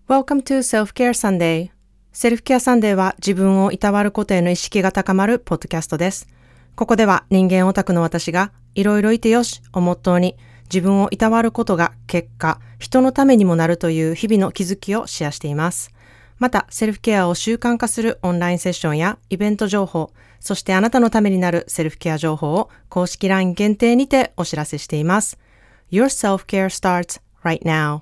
Welcome to Self-Care Sunday. セルフケアサンデーは自分をいたわることへの意識が高まるポッドキャストです。ここでは人間オタクの私がいろいろいてよしをモットーに自分をいたわることが結果、人のためにもなるという日々の気づきをシェアしています。また、セルフケアを習慣化するオンラインセッションやイベント情報、そしてあなたのためになるセルフケア情報を公式 LINE 限定にてお知らせしています。Your self-care starts right now.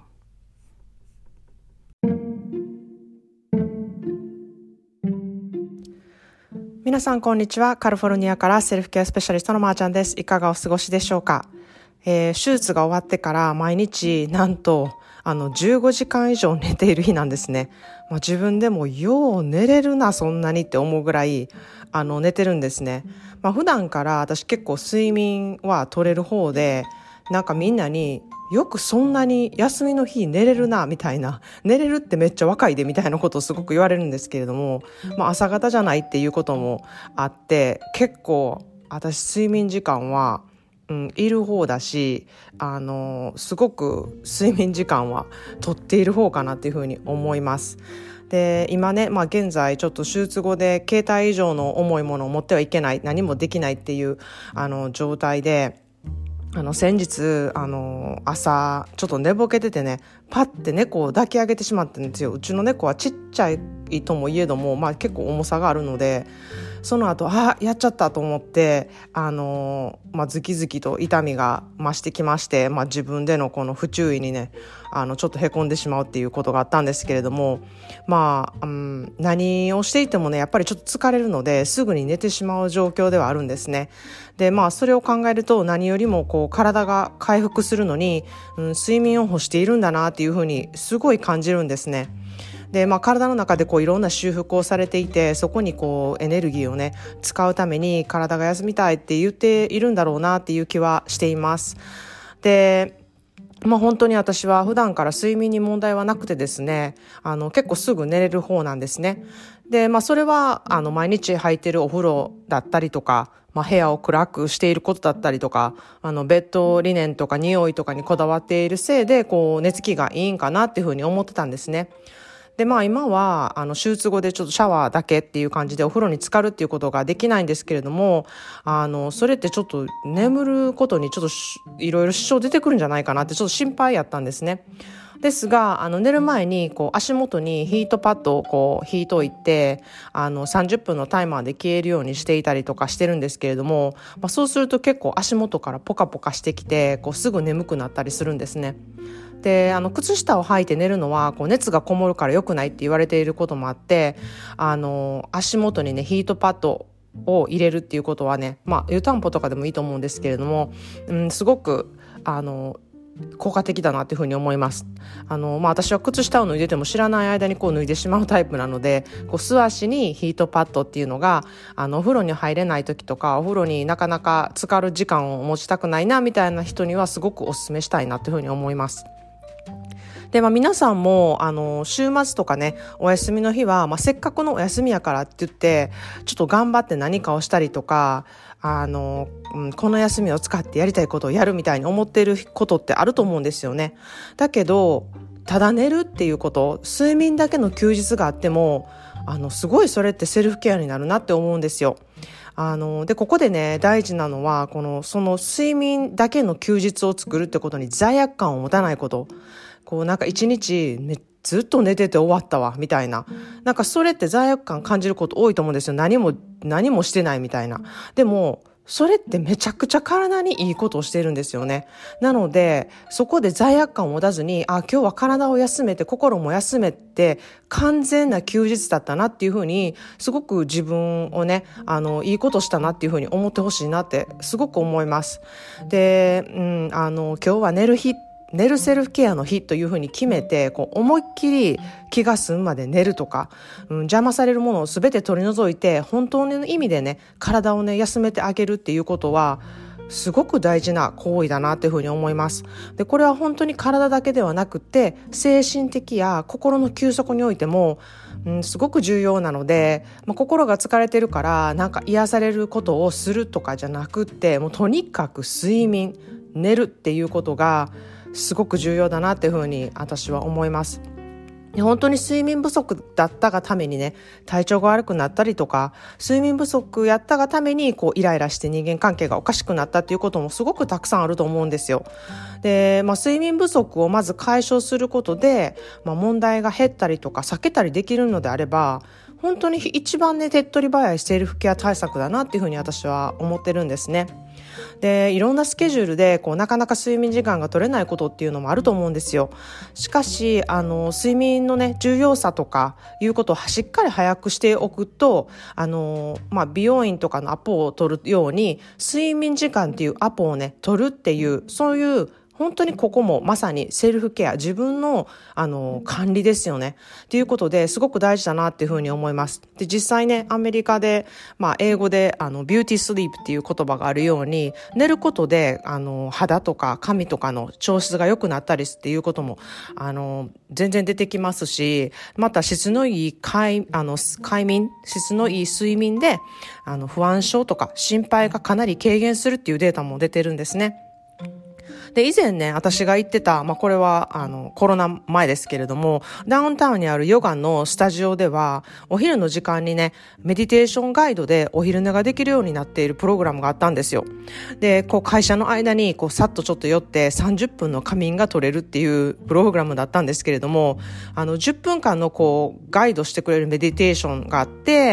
皆さんこんにちは。カリフォルニアからセルフケアスペシャリストのまーちゃんです。いかがお過ごしでしょうか。手術が終わってから毎日なんと15時間以上寝ている日なんですね。自分でもよう寝れるなそんなにって思うぐらい寝てるんですね。普段から私結構睡眠は取れる方で、なんかみんなによくそんなに休みの日寝れるなみたいな、寝れるってめっちゃ若いでみたいなことをすごく言われるんですけれども、朝方じゃないっていうこともあって、結構私睡眠時間はいる方だし、すごく睡眠時間は取っている方かなっていうふうに思います。で、今ね、現在ちょっと手術後で携帯以上の重いものを持ってはいけない、何もできないっていう状態で、先日朝ちょっと寝ぼけててね、パッて猫を抱き上げてしまったんですよ。うちの猫はちっちゃいともいえども、結構重さがあるので、その後やっちゃったと思ってズキズキと痛みが増してきまして、自分でのこの不注意にねちょっとへこんでしまうっていうことがあったんですけれども、何をしていてもねやっぱりちょっと疲れるのですぐに寝てしまう状況ではあるんですね。でそれを考えると何よりも体が回復するのに、睡眠を欲しているんだなっていうふうにすごい感じるんですね。で体の中でいろんな修復をされていて、そこにエネルギーをね使うために体が休みたいって言っているんだろうなっていう気はしています。で本当に私は普段から睡眠に問題はなくてですね、結構すぐ寝れる方なんですね。でそれは毎日入っているお風呂だったりとか、部屋を暗くしていることだったりとか、ベッドリネンとか匂いとかにこだわっているせいで寝つきがいいんかなっていうふうに思ってたんですね。で今は手術後でちょっとシャワーだけっていう感じでお風呂に浸かるっていうことができないんですけれども、それってちょっと眠ることにちょっといろいろ支障出てくるんじゃないかなってちょっと心配やったんですね。ですが寝る前に足元にヒートパッドを引いといて30分のタイマーで消えるようにしていたりとかしてるんですけれども、そうすると結構足元からポカポカしてきてすぐ眠くなったりするんですね。で靴下を履いて寝るのは熱がこもるから良くないって言われていることもあって、足元にねヒートパッドを入れるっていうことはね、湯たんぽとかでもいいと思うんですけれども、すごく効果的だなっていうふうに思います。私は靴下を脱いでても知らない間に脱いでしまうタイプなので、素足にヒートパッドっていうのがお風呂に入れない時とか、お風呂になかなか浸かる時間を持ちたくないなみたいな人にはすごくお勧めしたいなというふうに思います。で皆さんも週末とかねお休みの日は、せっかくのお休みやからって言ってちょっと頑張って何かをしたりとかこの休みを使ってやりたいことをやるみたいに思っていることってあると思うんですよね。だけどただ寝るっていうこと、睡眠だけの休日があってもすごいそれってセルフケアになるなって思うんですよ。でここでね大事なのはその睡眠だけの休日を作るってことに罪悪感を持たないこと。なんか一日ずっと寝てて終わったわみたいな、なんかそれって罪悪感感じること多いと思うんですよ。何もしてないみたいな。でもそれってめちゃくちゃ体にいいことをしているんですよね。なのでそこで罪悪感を持たずに今日は体を休めて心も休めて完全な休日だったなっていうふうにすごく自分をねいいことしたなっていうふうに思ってほしいなってすごく思います。で、今日は寝るセルフケアの日というふうに決めて思いっきり気が済むまで寝るとか、邪魔されるものを全て取り除いて本当の意味でね体をね休めてあげるっていうことはすごく大事な行為だなというふうに思います。でこれは本当に体だけではなくて精神的や心の休息においてもすごく重要なので、心が疲れてるからなんか癒されることをするとかじゃなくってもうとにかく睡眠寝るっていうことがすごく重要だなっていうふうに私は思います。 本当に睡眠不足だったがためにね、体調が悪くなったりとか、睡眠不足やったがためにイライラして人間関係がおかしくなったっていうこともすごくたくさんあると思うんですよ。で、睡眠不足をまず解消することで、問題が減ったりとか避けたりできるのであれば、本当に一番ね、手っ取り早いセルフケア対策だなっていうふうに私は思ってるんですね。で、いろんなスケジュールでなかなか睡眠時間が取れないことっていうのもあると思うんですよ。しかし睡眠のね、重要さとかいうことをしっかり把握しておくと、美容院とかのアポを取るように睡眠時間っていうアポをね取るっていう、そういう本当にここもまさにセルフケア、自分の管理ですよねっていうことですごく大事だなっていうふうに思います。で、実際ね、アメリカで英語でビューティースリープっていう言葉があるように、寝ることで肌とか髪とかの調子が良くなったりっていうことも全然出てきますし、また質のいい質のいい睡眠で不安症とか心配がかなり軽減するっていうデータも出てるんですね。で、以前ね、私が行ってた、これはコロナ前ですけれども、ダウンタウンにあるヨガのスタジオでは、お昼の時間にね、メディテーションガイドでお昼寝ができるようになっているプログラムがあったんですよ。で、会社の間にさっとちょっと寄って30分の仮眠が取れるっていうプログラムだったんですけれども、10分間のガイドしてくれるメディテーションがあって、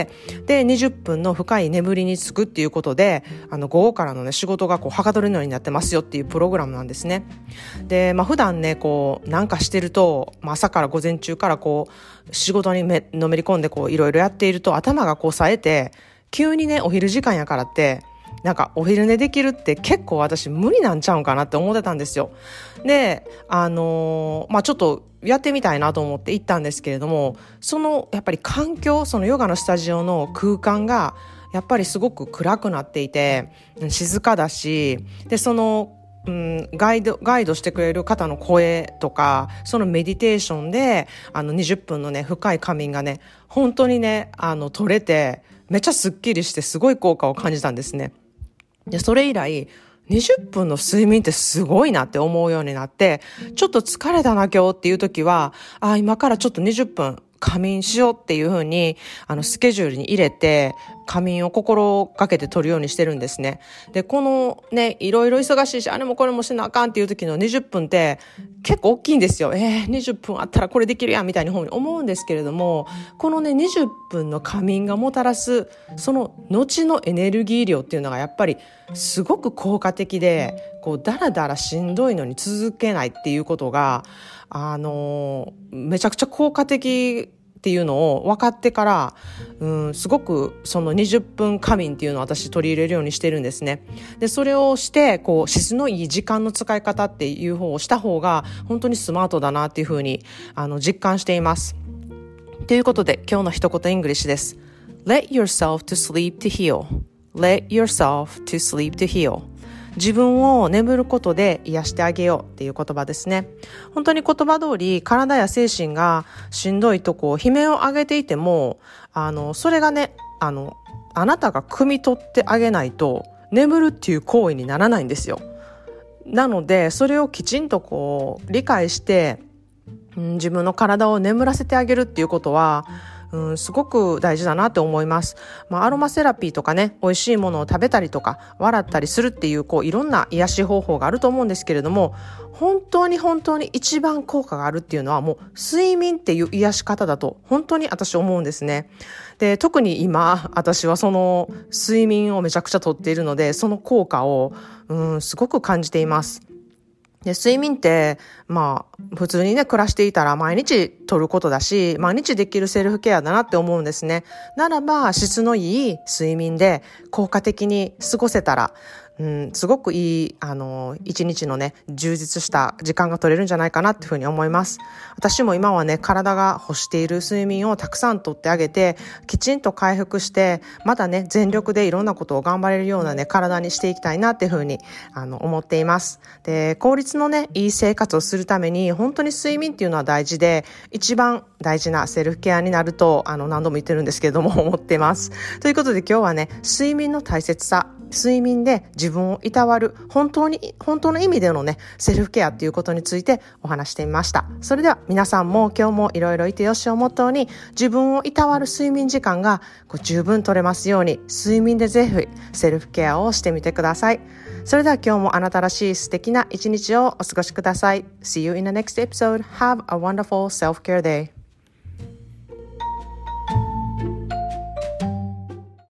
で、20分の深い眠りにつくっていうことで、午後からのね、仕事がはかどるようになってますよっていうプログラムなんですね。で、普段ね、なんかしてると、朝から午前中から仕事にのめり込んでいろいろやっていると、頭が冴えて、急にね、お昼時間やからって、なんかお昼寝できるって結構私無理なんちゃうんかなって思ってたんですよ。で、ちょっとやってみたいなと思って行ったんですけれども、やっぱり環境、そのヨガのスタジオの空間が、やっぱりすごく暗くなっていて、静かだし、で、ガイドしてくれる方の声とか、そのメディテーションで、20分のね、深い仮眠がね、本当にね、取れて、めっちゃスッキリしてすごい効果を感じたんですね。で、それ以来、20分の睡眠ってすごいなって思うようになって、ちょっと疲れたな今日っていう時は、今からちょっと20分仮眠しようっていう風にスケジュールに入れて仮眠を心がけて取るようにしてるんですね。で、このね、いろいろ忙しいし、あれもこれもしなあかんっていう時の20分って結構大きいんですよ。20分あったらこれできるやんみたいに思うんですけれども、このね、20分の仮眠がもたらすその後のエネルギー量っていうのがやっぱりすごく効果的で、だらだらしんどいのに続けないっていうことがめちゃくちゃ効果的っていうのを分かってから、すごくその20分仮眠っていうのを私取り入れるようにしてるんですね。で、それをして質のいい時間の使い方っていう方をした方が本当にスマートだなっていうふうに実感しています。ということで今日の一言イングリッシュです。 Let yourself to sleep to heal. Let yourself to sleep to heal. 自分を眠ることで癒してあげようっていう言葉ですね。本当に言葉通り体や精神がしんどいと悲鳴を上げていても、それがね、あなたが汲み取ってあげないと眠るっていう行為にならないんですよ。なのでそれをきちんと理解して、自分の体を眠らせてあげるっていうことはすごく大事だなって思います。アロマセラピーとかね、美味しいものを食べたりとか笑ったりするっていういろんな癒し方法があると思うんですけれども、本当に一番効果があるっていうのはもう睡眠っていう癒し方だと本当に私思うんですね。で、特に今私はその睡眠をめちゃくちゃとっているので、その効果をすごく感じています。で、睡眠って、普通にね、暮らしていたら毎日取ることだし、毎日できるセルフケアだなって思うんですね。ならば、質のいい睡眠で効果的に過ごせたら、すごくいい、一日のね、充実した時間が取れるんじゃないかなっていうふうに思います。私も今はね、体が欲している睡眠をたくさんとってあげて、きちんと回復して、またね、全力でいろんなことを頑張れるようなね、体にしていきたいなっていうふうに、思っています。で、効率のね、いい生活をするために、本当に睡眠っていうのは大事で、一番大事なセルフケアになると、何度も言ってるんですけれども、思っています。ということで今日はね、睡眠の大切さ、 睡眠で自分をいたわる本当の意味でのね、セルフケアっていうことについてお話してみました。それでは皆さんも今日もいろいろいてよしをモットーに、自分をいたわる睡眠時間が十分取れますように、睡眠でぜひセルフケアをしてみてください。それでは今日もあなたらしい素敵な一日をお過ごしください。See you in the next episode. Have a wonderful self-care day.